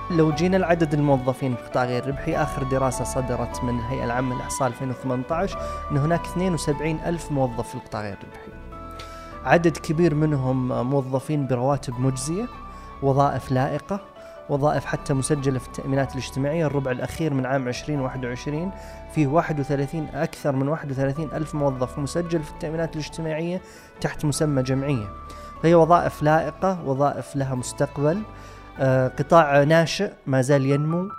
لو جينا لعدد الموظفين في القطاع غير الربحي، آخر دراسة صدرت من الهيئة العامة للإحصاء 2018 أن هناك 72 ألف موظف في القطاع غير الربحي. عدد كبير منهم موظفين برواتب مجزية، وظائف لائقة، وظائف حتى مسجلة في التأمينات الاجتماعية. الربع الأخير من عام 2021 فيه أكثر من 31 ألف موظف مسجل في التأمينات الاجتماعية تحت مسمى جمعية. فهي وظائف لائقة، وظائف لها مستقبل، قطاع ناشئ ما زال ينمو.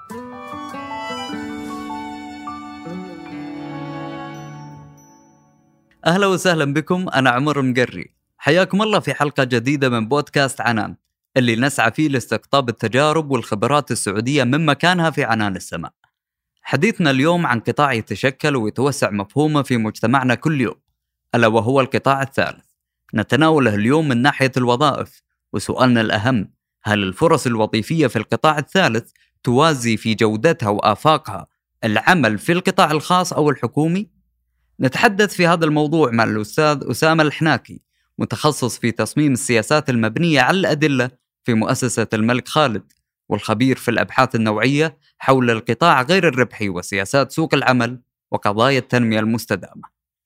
أهلا وسهلا بكم، أنا عمر مقري. حياكم الله في حلقة جديدة من بودكاست عنان، اللي نسعى فيه لاستقطاب التجارب والخبرات السعودية من مكانها في عنان السماء. حديثنا اليوم عن قطاع يتشكل ويتوسع مفهومه في مجتمعنا كل يوم، ألا وهو القطاع الثالث. نتناوله اليوم من ناحية الوظائف، وسؤالنا الأهم: هل الفرص الوظيفية في القطاع الثالث توازي في جودتها وآفاقها العمل في القطاع الخاص أو الحكومي؟ نتحدث في هذا الموضوع مع الأستاذ أسامة الحناكي، متخصص في تصميم السياسات المبنية على الأدلة في مؤسسة الملك خالد، والخبير في الأبحاث النوعية حول القطاع غير الربحي وسياسات سوق العمل وقضايا التنمية المستدامة.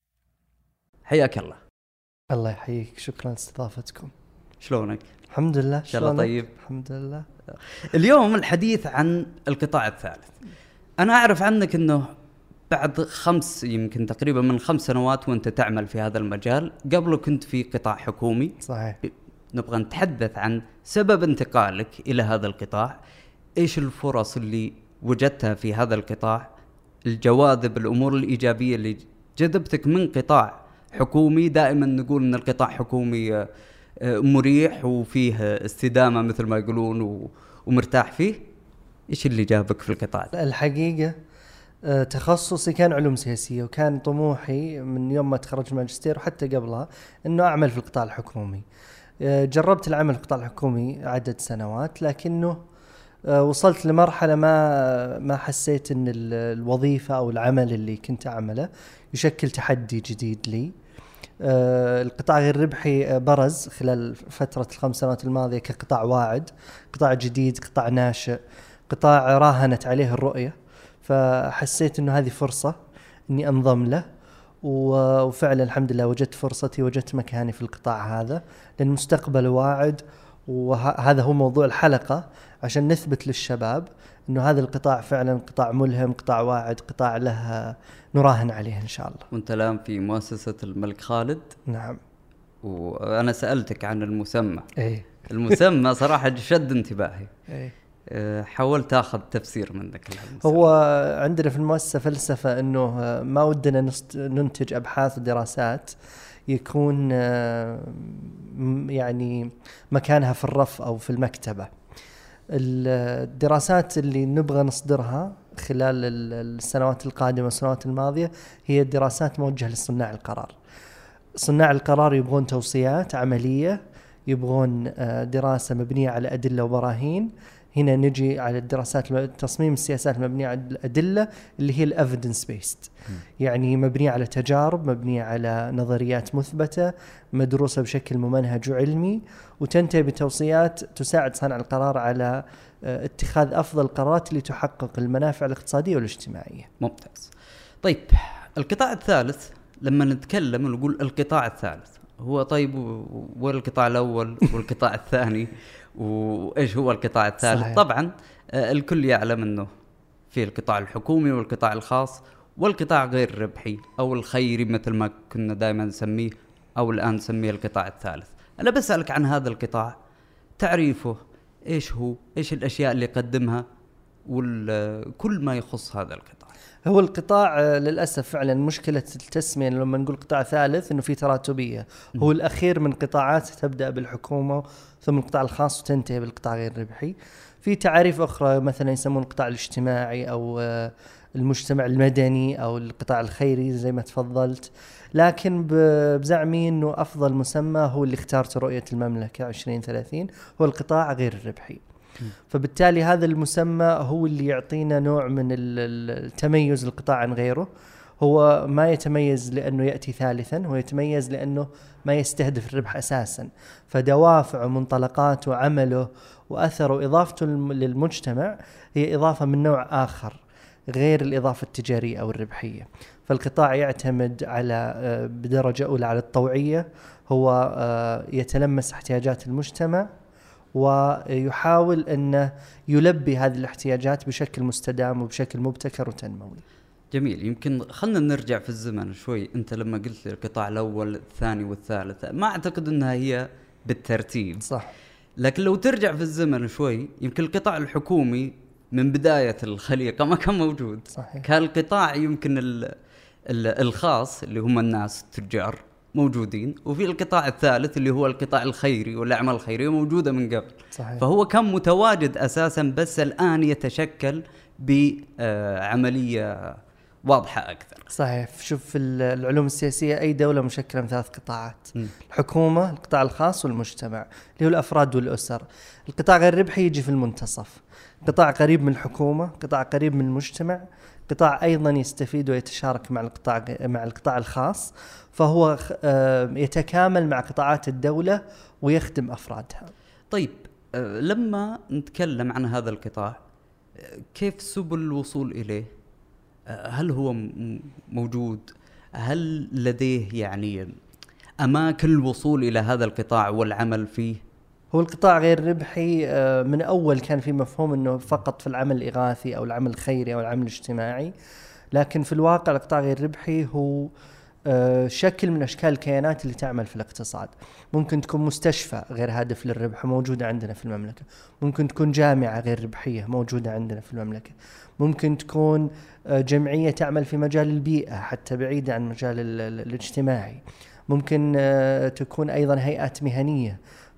حياك الله. الله يحييك، شكرا لاستضافتكم. شلونك؟ الحمد لله. إن شاء الله طيب. الحمد لله. اليوم الحديث عن القطاع الثالث. أنا أعرف عنك أنه بعد يمكن تقريبا من 5 سنوات وأنت تعمل في هذا المجال. قبله كنت في قطاع حكومي. صحيح. نبغى نتحدث عن سبب انتقالك إلى هذا القطاع، إيش الفرص اللي وجدتها في هذا القطاع، الجواذب، الأمور الإيجابية اللي جذبتك من قطاع حكومي. دائما نقول أن القطاع حكومي مريح وفيه استدامة مثل ما يقولون ومرتاح فيه. إيش اللي جابك في القطاع؟ الحقيقة تخصصي كان علوم سياسية، وكان طموحي من يوم ما تخرجت ماجستير وحتى قبلها أنه أعمل في القطاع الحكومي. جربت العمل في القطاع الحكومي عدد سنوات، لكنه وصلت لمرحلة ما حسيت أن الوظيفة أو العمل اللي كنت أعمله يشكل تحدي جديد لي. القطاع غير الربحي برز خلال فترة ال5 سنوات الماضية كقطاع واعد، قطاع جديد، قطاع ناشئ، قطاع راهنت عليه الرؤية. فحسيت أنه هذه فرصة أني أنضم له، وفعلا الحمد لله وجدت فرصتي، وجدت مكاني في القطاع هذا، لأن المستقبل واعد. وهذا هو موضوع الحلقة، عشان نثبت للشباب أنه هذا القطاع فعلا قطاع ملهم، قطاع واعد، قطاع له نراهن عليه إن شاء الله. وانت الآن في مؤسسة الملك خالد. نعم. وأنا سألتك عن المسمى. المسمى صراحة شد انتباهي. حاولت أخذ تفسير منك. هو عندنا في المؤسسة فلسفة أنه ما ودنا ننتج أبحاث ودراسات يكون يعني مكانها في الرف أو في المكتبة. الدراسات اللي نبغى نصدرها خلال السنوات القادمة والسنوات الماضية هي دراسات موجهة لصناع القرار. صناع القرار يبغون توصيات عملية، يبغون دراسة مبنية على أدلة وبراهين. هنا نجي على الدراسات، تصميم السياسات مبنية على الأدلة اللي هي الأفيدنس بيست، يعني مبنية على تجارب، مبنية على نظريات مثبتة مدروسة بشكل ممنهج وعلمي، وتنتهي بتوصيات تساعد صانع القرار على اتخاذ أفضل قرارات اللي تحقق المنافع الاقتصادية والاجتماعية. ممتاز. طيب، القطاع الثالث، لما نتكلم ونقول القطاع الثالث هو طيب، والقطاع الأول والقطاع الثاني، وإيش هو القطاع الثالث؟ صحيح. طبعا الكل يعلم أنه في القطاع الحكومي والقطاع الخاص والقطاع غير الربحي أو الخيري مثل ما كنا دائما نسميه، أو الآن نسميه القطاع الثالث. أنا بسألك عن هذا القطاع، تعريفه إيش هو، إيش الأشياء اللي يقدمها، وكل ما يخص هذا القطاع. هو القطاع للأسف فعلا مشكلة التسمية لما نقول قطاع ثالث إنه في تراتبية. هو الأخير من قطاعات تبدأ بالحكومة ثم القطاع الخاص وتنتهي بالقطاع غير الربحي. في تعاريف أخرى مثلا يسمون القطاع الاجتماعي أو المجتمع المدني أو القطاع الخيري زي ما تفضلت، لكن بزعمي إنه أفضل مسمى هو اللي اختارته رؤية المملكة 2030 هو القطاع غير الربحي. فبالتالي هذا المسمى هو اللي يعطينا نوع من التميز للقطاع عن غيره. هو ما يتميز لأنه يأتي ثالثا، هو يتميز لأنه ما يستهدف الربح أساسا، فدوافع ومنطلقات وعمله وأثره وإضافته للمجتمع هي إضافة من نوع آخر غير الإضافة التجارية أو الربحية. فالقطاع يعتمد على بدرجة أولى على الطوعية، هو يتلمس احتياجات المجتمع ويحاول أنه يلبي هذه الاحتياجات بشكل مستدام وبشكل مبتكر وتنموي. جميل. يمكن خلنا نرجع في الزمن شوي. أنت لما قلت لي القطاع الأول الثاني والثالث، ما أعتقد أنها هي بالترتيب، صح. لكن لو ترجع في الزمن شوي، يمكن القطاع الحكومي من بداية الخليقة ما كان موجود. صحيح. كان القطاع يمكن الخاص اللي هم الناس التجار موجودين، وفي القطاع الثالث اللي هو القطاع الخيري والأعمال الخيرية موجودة من قبل. صحيح. فهو كان متواجد أساسا، بس الآن يتشكل بعملية واضحة أكثر. صحيح. شوف العلوم السياسية أي دولة مشكلة من 3 قطاعات: الحكومة، القطاع الخاص، والمجتمع اللي هو الأفراد والأسر. القطاع غير ربحي يجي في المنتصف، قطاع قريب من الحكومة، قطاع قريب من المجتمع، قطاع أيضا يستفيد ويتشارك مع القطاع الخاص، فهو يتكامل مع قطاعات الدولة ويخدم أفرادها. طيب، لما نتكلم عن هذا القطاع، كيف سبل الوصول إليه؟ هل هو موجود؟ هل لديه يعني أماكن الوصول إلى هذا القطاع والعمل فيه؟ هو القطاع غير ربحي من أول كان في مفهوم أنه فقط في العمل الإغاثي أو العمل الخيري أو العمل الاجتماعي، لكن في الواقع القطاع غير ربحي هو شكل من أشكال الكيانات اللي تعمل في الاقتصاد. ممكن تكون مستشفى غير هادف للربح موجودة عندنا في المملكة، ممكن تكون جامعة غير ربحية موجودة عندنا في المملكة، ممكن تكون جمعية تعمل في مجال البيئة حتى بعيدة عن مجال الاجتماعي، ممكن تكون أيضا هيئات مهنية.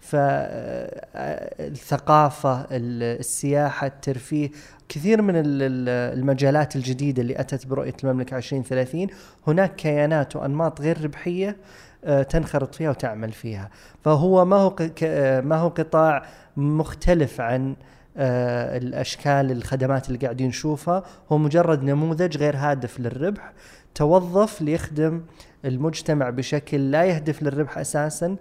فالثقافة، السياحة، الترفيه، كثير من المجالات الجديدة اللي أتت برؤية المملكة 2030 هناك كيانات وأنماط غير ربحية تنخرط فيها وتعمل فيها. فهو ما هو قطاع مختلف عن الأشكال الخدمات اللي قاعدين نشوفها، هو مجرد نموذج غير هادف للربح توظف ليخدم المجتمع بشكل لا يهدف للربح أساساً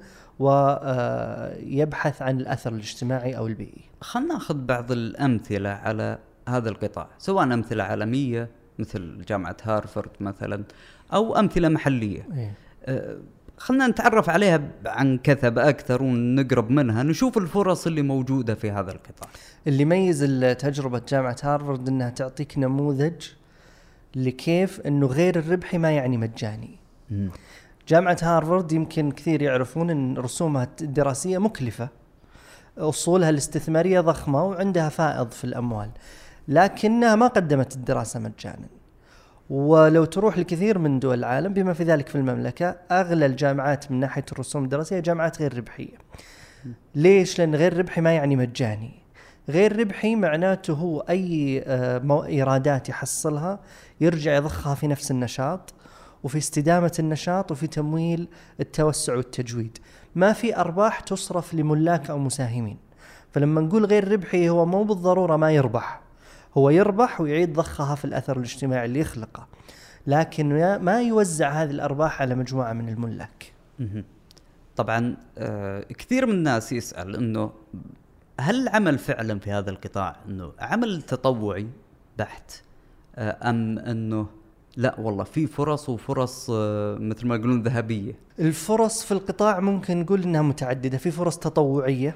ويبحث عن الأثر الاجتماعي أو البيئي. خلنا نأخذ بعض الأمثلة على هذا القطاع، سواء أمثلة عالمية مثل جامعة هارفارد مثلا، أو أمثلة محلية. خلنا نتعرف عليها عن كثب أكثر ونقرب منها، نشوف الفرص اللي موجودة في هذا القطاع. اللي يميز تجربة جامعة هارفارد أنها تعطيك نموذج لكيف أنه غير الربحي ما يعني مجاني. جامعة هارفارد يمكن كثير يعرفون أن رسومها الدراسية مكلفة، أصولها الاستثمارية ضخمة وعندها فائض في الأموال، لكنها ما قدمت الدراسة مجانا. ولو تروح لكثير من دول العالم بما في ذلك في المملكة، أغلى الجامعات من ناحية الرسوم الدراسية جامعات غير ربحية. ليش؟ لأن غير ربحي ما يعني مجاني. غير ربحي معناته هو أي إيرادات يحصلها يرجع يضخها في نفس النشاط وفي استدامة النشاط وفي تمويل التوسع والتجويد، ما في أرباح تصرف لملاك أو مساهمين. فلما نقول غير ربحي هو مو بالضرورة ما يربح، هو يربح ويعيد ضخها في الأثر الاجتماعي اللي يخلقه، لكن ما يوزع هذه الأرباح على مجموعة من الملاك. طبعا كثير من الناس يسأل أنه هل العمل فعلا في هذا القطاع أنه عمل تطوعي بحت، أم أنه لا والله في فرص وفرص مثل ما يقولون ذهبية؟ الفرص في القطاع ممكن نقول إنها متعددة. في فرص تطوعية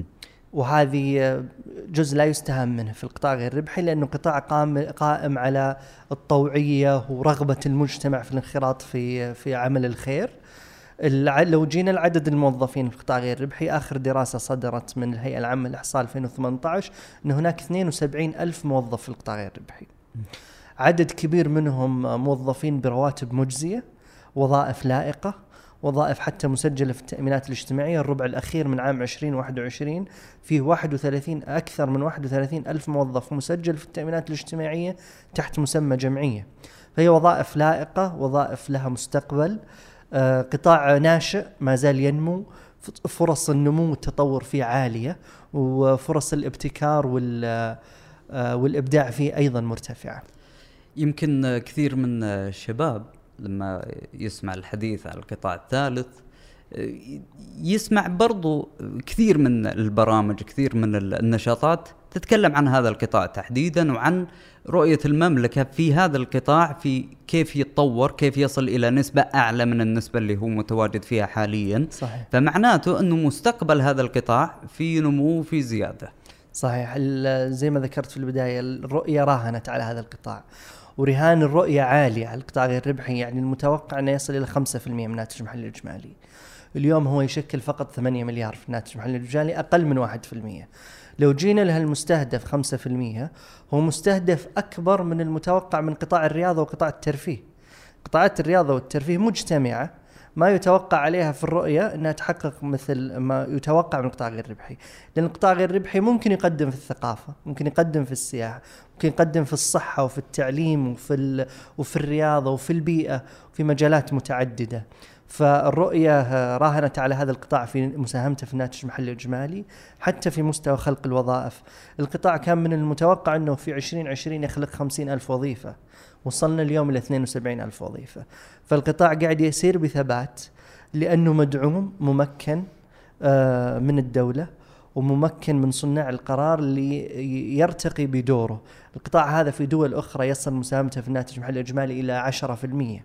وهذه جزء لا يستهان منه في القطاع غير ربحي، لأنه قطاع قائم على الطوعية ورغبة المجتمع في الانخراط في عمل الخير. لو جينا العدد الموظفين في القطاع غير ربحي، آخر دراسة صدرت من الهيئة العامة للإحصاء 2018 أن هناك 72,000 موظف في القطاع غير ربحي. عدد كبير منهم موظفين برواتب مجزية، وظائف لائقة، وظائف حتى مسجلة في التأمينات الاجتماعية. الربع الأخير من عام 2021 فيه أكثر من 31 ألف موظف مسجل في التأمينات الاجتماعية تحت مسمى جمعية. فهي وظائف لائقة، وظائف لها مستقبل، قطاع ناشئ ما زال ينمو، فرص النمو والتطور فيه عالية، وفرص الابتكار والإبداع فيه أيضا مرتفعة. يمكن كثير من الشباب لما يسمع الحديث عن القطاع الثالث يسمع برضو كثير من البرامج، كثير من النشاطات تتكلم عن هذا القطاع تحديدا، وعن رؤية المملكة في هذا القطاع، في كيف يتطور، كيف يصل إلى نسبة أعلى من النسبة اللي هو متواجد فيها حاليا. صحيح. فمعناته أنه مستقبل هذا القطاع في نمو وفي زيادة. صحيح. زي ما ذكرت في البداية، الرؤية راهنت على هذا القطاع، ورهان الرؤية عالية على القطاع غير ربحي. يعني المتوقع أنه يصل إلى 5% من الناتج المحلي الإجمالي. اليوم هو يشكل فقط 8 مليار في الناتج المحلي الإجمالي، أقل من 1%. لو جينا لها المستهدف 5%، هو مستهدف أكبر من المتوقع من قطاع الرياضة وقطاع الترفيه. قطاعات الرياضة والترفيه مجتمعة، ما يتوقع عليها في الرؤية أنها تحقق مثل ما يتوقع من القطاع غير ربحي. لأن القطاع غير ربحي ممكن يقدم في الثقافة، ممكن يقدم في السياحة، ممكن يقدم في الصحة وفي التعليم وفي الرياضة وفي البيئة، وفي مجالات متعددة. فالرؤية راهنت على هذا القطاع في مساهمته في الناتج المحلي الإجمالي، حتى في مستوى خلق الوظائف. القطاع كان من المتوقع أنه في 2020 يخلق 50,000 وظيفة، وصلنا اليوم إلى 72,000 وظيفة. فالقطاع قاعد يسير بثبات، لأنه مدعوم، ممكن من الدولة، وممكن من صناع القرار اللي يرتقي بدوره. القطاع هذا في دول أخرى يصل مساهمته في الناتج المحلي الإجمالي إلى 10%،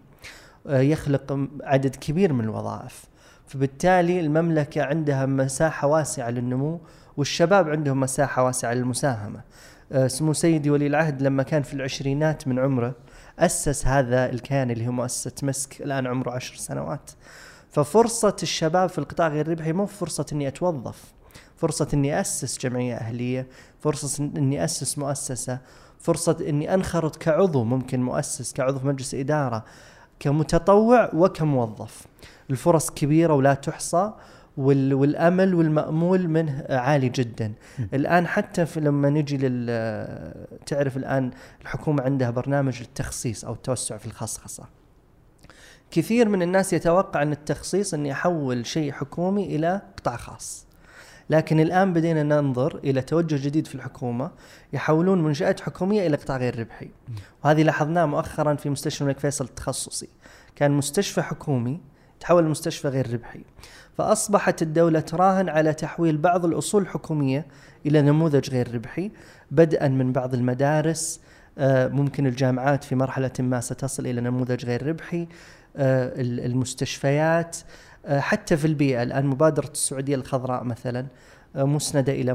يخلق عدد كبير من الوظائف. فبالتالي المملكة عندها مساحة واسعة للنمو، والشباب عندهم مساحة واسعة للمساهمة. سمو سيدي ولي العهد لما كان في العشرينات من عمره أسس هذا الكيان اللي هو مؤسسة مسك، الآن عمره 10 سنوات. ففرصة الشباب في القطاع غير ربحي مو فرصة أني أتوظف، فرصة أني أسس جمعية أهلية، فرصة أني أسس مؤسسة، فرصة أني أنخرط كعضو، ممكن مؤسس كعضو في مجلس إدارة، كمتطوع وكموظف. الفرص كبيرة ولا تحصى، والأمل والمأمول منه عالي جدا. الآن حتى لما نجي تعرف الآن الحكومة عندها برنامج للتخصيص أو التوسع في الخصخصة. كثير من الناس يتوقع أن التخصيص أن يحول شيء حكومي إلى قطاع خاص، لكن الآن بدينا ننظر إلى توجه جديد في الحكومة، يحولون منشآت حكومية إلى قطاع غير ربحي. وهذه لاحظناه مؤخرا في مستشفى الملك فيصل التخصصي، كان مستشفى حكومي تحول لمستشفى غير ربحي. فأصبحت الدولة تراهن على تحويل بعض الأصول الحكومية إلى نموذج غير ربحي، بدءا من بعض المدارس، ممكن الجامعات في مرحلة ما ستصل إلى نموذج غير ربحي، المستشفيات، حتى في البيئة. الآن مبادرة السعودية الخضراء مثلا مسندة إلى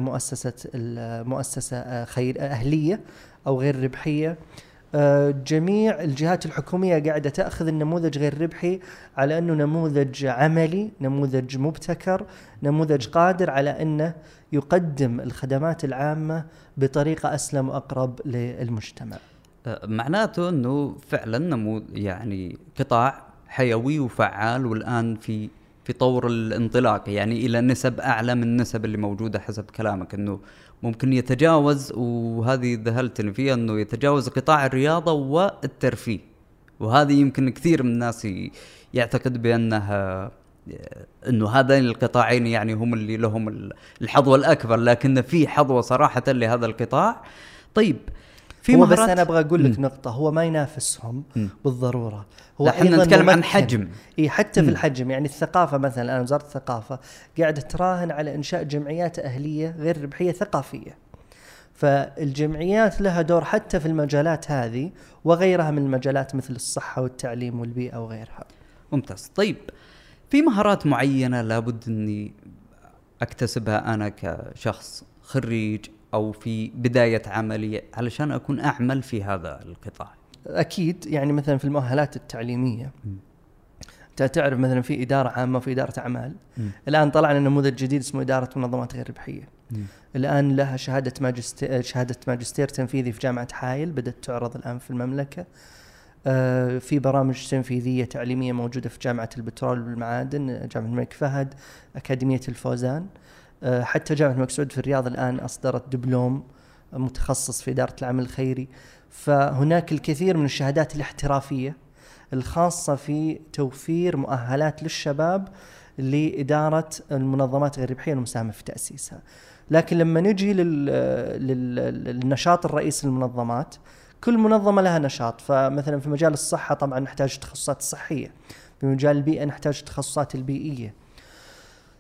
مؤسسة خير أهلية أو غير ربحية. جميع الجهات الحكومية قاعدة تأخذ النموذج غير ربحي على أنه نموذج عملي، نموذج مبتكر، نموذج قادر على أنه يقدم الخدمات العامة بطريقة أسلم وأقرب للمجتمع. معناته أنه فعلا يعني قطاع حيوي وفعال، والآن في طور الانطلاق، يعني إلى نسب أعلى من النسب اللي موجودة حسب كلامك، أنه ممكن يتجاوز، وهذه ذهلتني فيها، أنه يتجاوز قطاع الرياضة والترفيه. وهذه يمكن كثير من الناس يعتقد بأنها أنه هذين القطاعين يعني هم اللي لهم الحظوة الأكبر، لكن في حظوة صراحة لهذا القطاع. طيب هو بس أنا أبغى أقول لك نقطة، هو ما ينافسهم بالضرورة، هو أيضا نتكلم عن حجم. حتى في الحجم، يعني الثقافة مثلا، الآن وزارة الثقافة قاعدة تراهن على إنشاء جمعيات أهلية غير ربحية ثقافية. فالجمعيات لها دور حتى في المجالات هذه وغيرها من المجالات مثل الصحة والتعليم والبيئة وغيرها. ممتاز. طيب في مهارات معينة لابد أني أكتسبها أنا كشخص خريج أو في بداية عملي علشان أكون أعمل في هذا القطاع؟ أكيد، يعني مثلا في المؤهلات التعليمية تعرف مثلا في إدارة عامة وفي إدارة أعمال. الآن طلعنا نموذج جديد اسمه إدارة منظمات غير ربحية. الآن لها شهادة ماجستير تنفيذي في جامعة حائل، بدأت تعرض الآن في المملكة. في برامج تنفيذية تعليمية موجودة في جامعة البترول والمعادن، جامعة الملك فهد، أكاديمية الفوزان، حتى جامعة الملك سعود في الرياض الآن أصدرت دبلوم متخصص في إدارة العمل الخيري. فهناك الكثير من الشهادات الاحترافية الخاصة في توفير مؤهلات للشباب لإدارة المنظمات غير ربحية والمساهمة في تأسيسها. لكن لما نجي للنشاط الرئيسي للمنظمات، كل منظمة لها نشاط. فمثلا في مجال الصحة طبعا نحتاج تخصصات صحية، في مجال البيئة نحتاج تخصصات البيئية،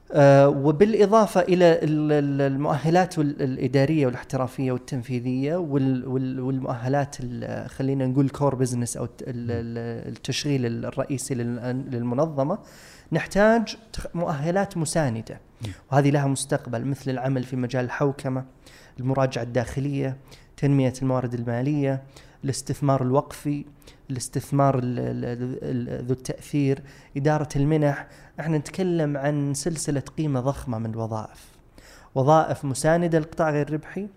وبالإضافة إلى المؤهلات الإدارية والاحترافية والتنفيذية والمؤهلات خلينا نقول كور بزنس أو التشغيل الرئيسي للمنظمة، نحتاج مؤهلات مساندة، وهذه لها مستقبل، مثل العمل في مجال الحوكمة، المراجعة الداخلية، تنمية الموارد المالية، الاستثمار الوقفي، الاستثمار ذو التأثير، إدارة المنح. احنا نتكلم عن سلسلة قيمة ضخمة من الوظائف، وظائف مساندة للقطاع غير ربحي،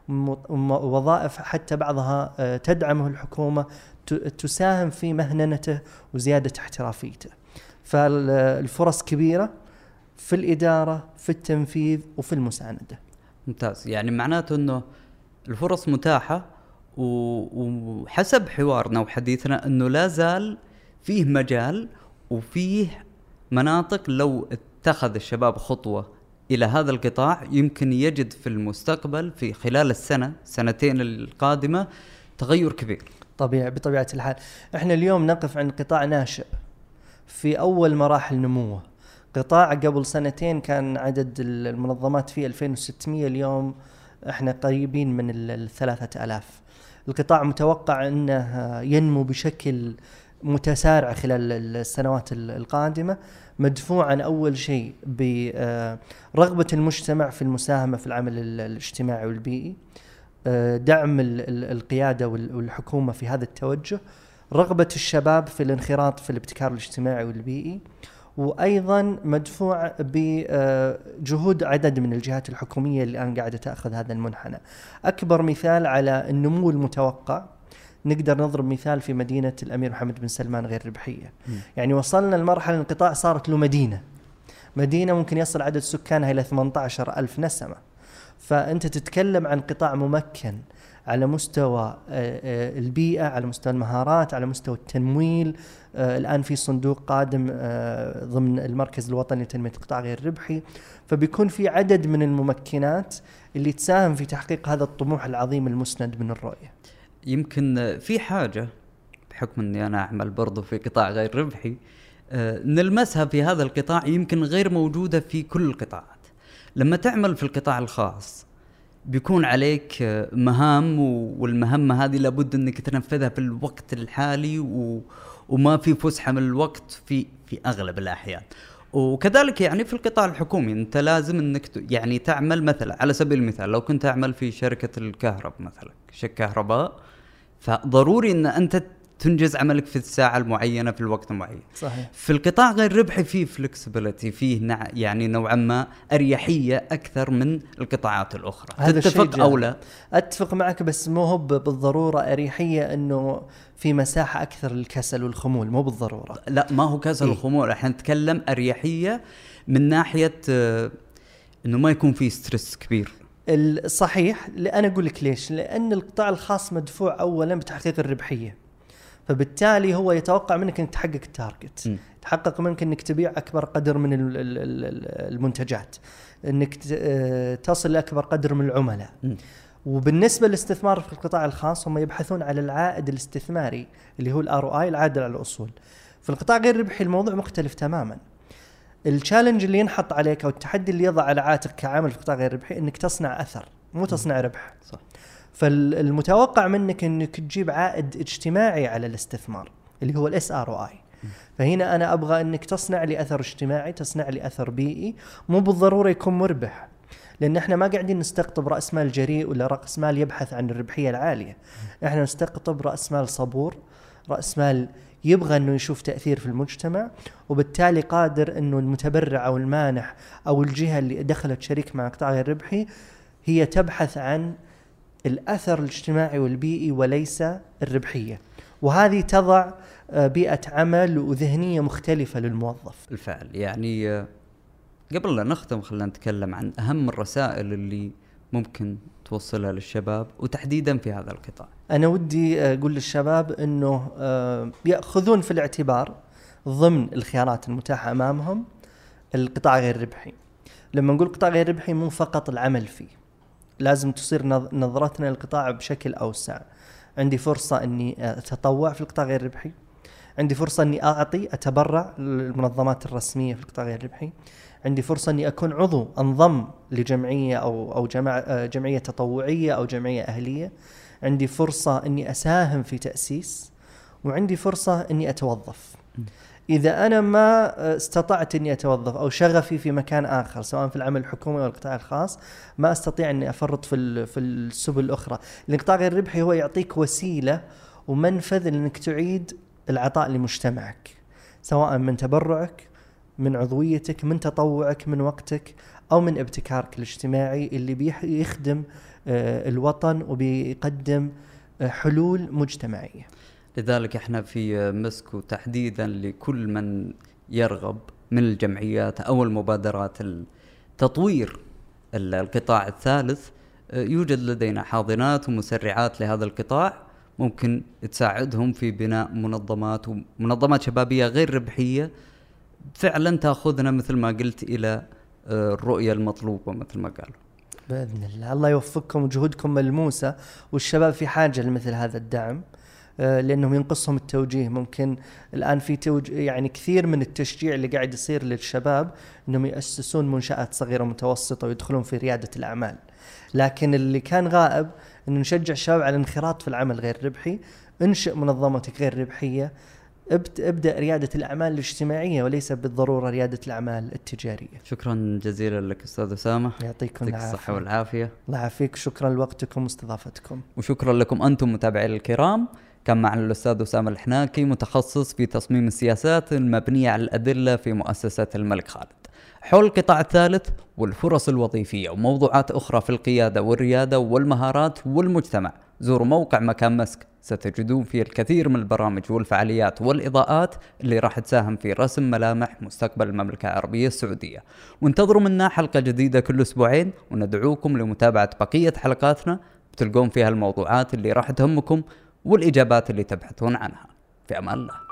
وظائف حتى بعضها تدعمه الحكومة، تساهم في مهننته وزيادة احترافيته. فالفرص كبيرة في الإدارة، في التنفيذ، وفي المساندة. ممتاز. يعني معناته أنه الفرص متاحة، وحسب حوارنا وحديثنا أنه لا زال فيه مجال وفيه مناطق لو اتخذ الشباب خطوة إلى هذا القطاع يمكن يجد في المستقبل في خلال سنتين القادمة تغير كبير. بطبيعة الحال احنا اليوم نقف عند قطاع ناشئ في أول مراحل نموه. قطاع قبل سنتين كان عدد المنظمات فيه 2600، اليوم احنا قريبين من 3000. القطاع متوقع أنه ينمو بشكل متسارع خلال السنوات القادمة، مدفوعا أول شيء برغبة المجتمع في المساهمة في العمل الاجتماعي والبيئي، دعم القيادة والحكومة في هذا التوجه، رغبة الشباب في الانخراط في الابتكار الاجتماعي والبيئي، وأيضا مدفوع بجهود عدد من الجهات الحكومية اللي الآن قاعدة تأخذ هذا المنحنى. أكبر مثال على النمو المتوقع نقدر نضرب مثال في مدينة الأمير محمد بن سلمان غير ربحية. يعني وصلنا لمرحلة القطاع صارت له مدينة ممكن يصل عدد سكانها إلى 18,000 نسمة. فأنت تتكلم عن قطاع ممكن على مستوى البيئة، على مستوى المهارات، على مستوى التمويل. الآن في صندوق قادم ضمن المركز الوطني لتنمية القطاع غير الربحي، فبيكون في عدد من الممكنات اللي تساهم في تحقيق هذا الطموح العظيم المسند من الرؤية. يمكن في حاجة بحكم أني أنا أعمل برضو في قطاع غير ربحي نلمسها في هذا القطاع، يمكن غير موجودة في كل القطاعات. لما تعمل في القطاع الخاص بيكون عليك مهام، والمهمة هذه لابد أنك تنفذها في الوقت الحالي، وما في فسحة من الوقت في أغلب الأحيان. وكذلك يعني في القطاع الحكومي أنت لازم أنك يعني تعمل، مثلا على سبيل المثال لو كنت أعمل في شركة الكهرباء مثلا كهرباء، فضروري أن أنت تنجز عملك في الساعة المعينة في الوقت المعين. صحيح. في القطاع غير ربحي فيه فلكسبيليتي، فيه يعني نوعا ما أريحية أكثر من القطاعات الأخرى. تتفق أو لا؟ أتفق معك، بس مو هو بالضرورة أريحية أنه في مساحة أكثر للكسل والخمول، مو بالضرورة. لا، ما هو كسل وخمول، احنا نتكلم أريحية من ناحية أنه ما يكون فيه ستريس كبير. صحيح. أنا أقول لك ليش. لأن القطاع الخاص مدفوع أولا بتحقيق الربحية، فبالتالي هو يتوقع منك أنك تحقق التارجت، تحقق منك أنك تبيع أكبر قدر من المنتجات، أنك تصل لأكبر قدر من العملاء. وبالنسبة للاستثمار في القطاع الخاص هم يبحثون على العائد الاستثماري اللي هو الROI، العائد على الأصول. في القطاع غير ربحي الموضوع مختلف تماما. التشالنج اللي ينحط عليك أو التحدي اللي يضع على عاتق كعامل في القطاع غير ربحي أنك تصنع أثر، مو تصنع ربح. صح. فالمتوقع منك أنك تجيب عائد اجتماعي على الاستثمار اللي هو SROI. فهنا أنا أبغى أنك تصنع لي أثر اجتماعي، تصنع لي أثر بيئي، مو بالضرورة يكون مربح، لأن احنا ما قاعدين نستقطب رأس مال جريء ولا رأس مال يبحث عن الربحية العالية. احنا نستقطب رأس مال صبور، رأس مال يبغى أنه يشوف تأثير في المجتمع، وبالتالي قادر أنه المتبرع أو المانح أو الجهة اللي دخلت شريك مع قطاع غير ربحي هي تبحث عن الأثر الاجتماعي والبيئي وليس الربحية، وهذه تضع بيئة عمل وذهنية مختلفة للموظف. بالفعل. يعني قبل لا نختم خلينا نتكلم عن أهم الرسائل اللي ممكن توصلها للشباب وتحديدا في هذا القطاع. أنا ودي أقول للشباب أنه يأخذون في الاعتبار ضمن الخيارات المتاحة أمامهم القطاع غير ربحي. لما نقول قطاع غير ربحي مو فقط العمل فيه، لازم تصير نظرتنا للقطاع بشكل أوسع. عندي فرصة أني أتطوع في القطاع غير ربحي، عندي فرصة أني أتبرع للمنظمات الرسمية في القطاع غير الربحي، عندي فرصة أني أكون عضو أنضم لجمعية أو جمعية تطوعية أو جمعية أهلية، عندي فرصة أني أساهم في تأسيس، وعندي فرصة أني أتوظف. إذا أنا ما استطعت أني أتوظف أو شغفي في مكان آخر سواء في العمل الحكومي أو القطاع الخاص، ما أستطيع أني أفرط في السبل الأخرى. القطاع غير الربحي هو يعطيك وسيلة ومنفذ لأنك تعيد العطاء لمجتمعك، سواء من تبرعك، من عضويتك، من تطوعك، من وقتك، أو من ابتكارك الاجتماعي اللي بيخدم الوطن وبيقدم حلول مجتمعية. لذلك احنا في مسكو تحديدا لكل من يرغب من الجمعيات أو المبادرات التطوير القطاع الثالث، يوجد لدينا حاضنات ومسرعات لهذا القطاع ممكن تساعدهم في بناء منظمات شبابية غير ربحية فعلا تأخذنا مثل ما قلت إلى الرؤية المطلوبة مثل ما قالوا. بإذن الله. الله يوفقكم وجهودكم ملموسة، والشباب في حاجة لمثل هذا الدعم لأنهم ينقصهم التوجيه. ممكن الآن في يعني كثير من التشجيع اللي قاعد يصير للشباب أنهم يأسسون منشآت صغيرة ومتوسطة ويدخلون في ريادة الأعمال، لكن اللي كان غائب أنه نشجع الشباب على الانخراط في العمل غير ربحي. انشئ منظمتك غير ربحية، ابدأ ريادة الأعمال الاجتماعية وليس بالضرورة ريادة الأعمال التجارية. شكرا جزيلا لك أستاذ أسامة، يعطيكم الصحة والعافية. الله يعافيك، شكرا لوقتكم واستضافتكم. وشكرا لكم أنتم متابعين الكرام. كان معنا الأستاذ أسامة الحناكي متخصص في تصميم السياسات المبنية على الأدلة في مؤسسة الملك خالد حول القطاع الثالث والفرص الوظيفية وموضوعات أخرى في القيادة والريادة والمهارات والمجتمع. زوروا موقع مكان مسك، ستجدون فيه الكثير من البرامج والفعاليات والإضاءات اللي راح تساهم في رسم ملامح مستقبل المملكة العربية السعودية. وانتظروا منا حلقة جديدة كل أسبوعين، وندعوكم لمتابعة بقية حلقاتنا بتلقون فيها الموضوعات اللي راح تهمكم والإجابات اللي تبحثون عنها. في أمان الله.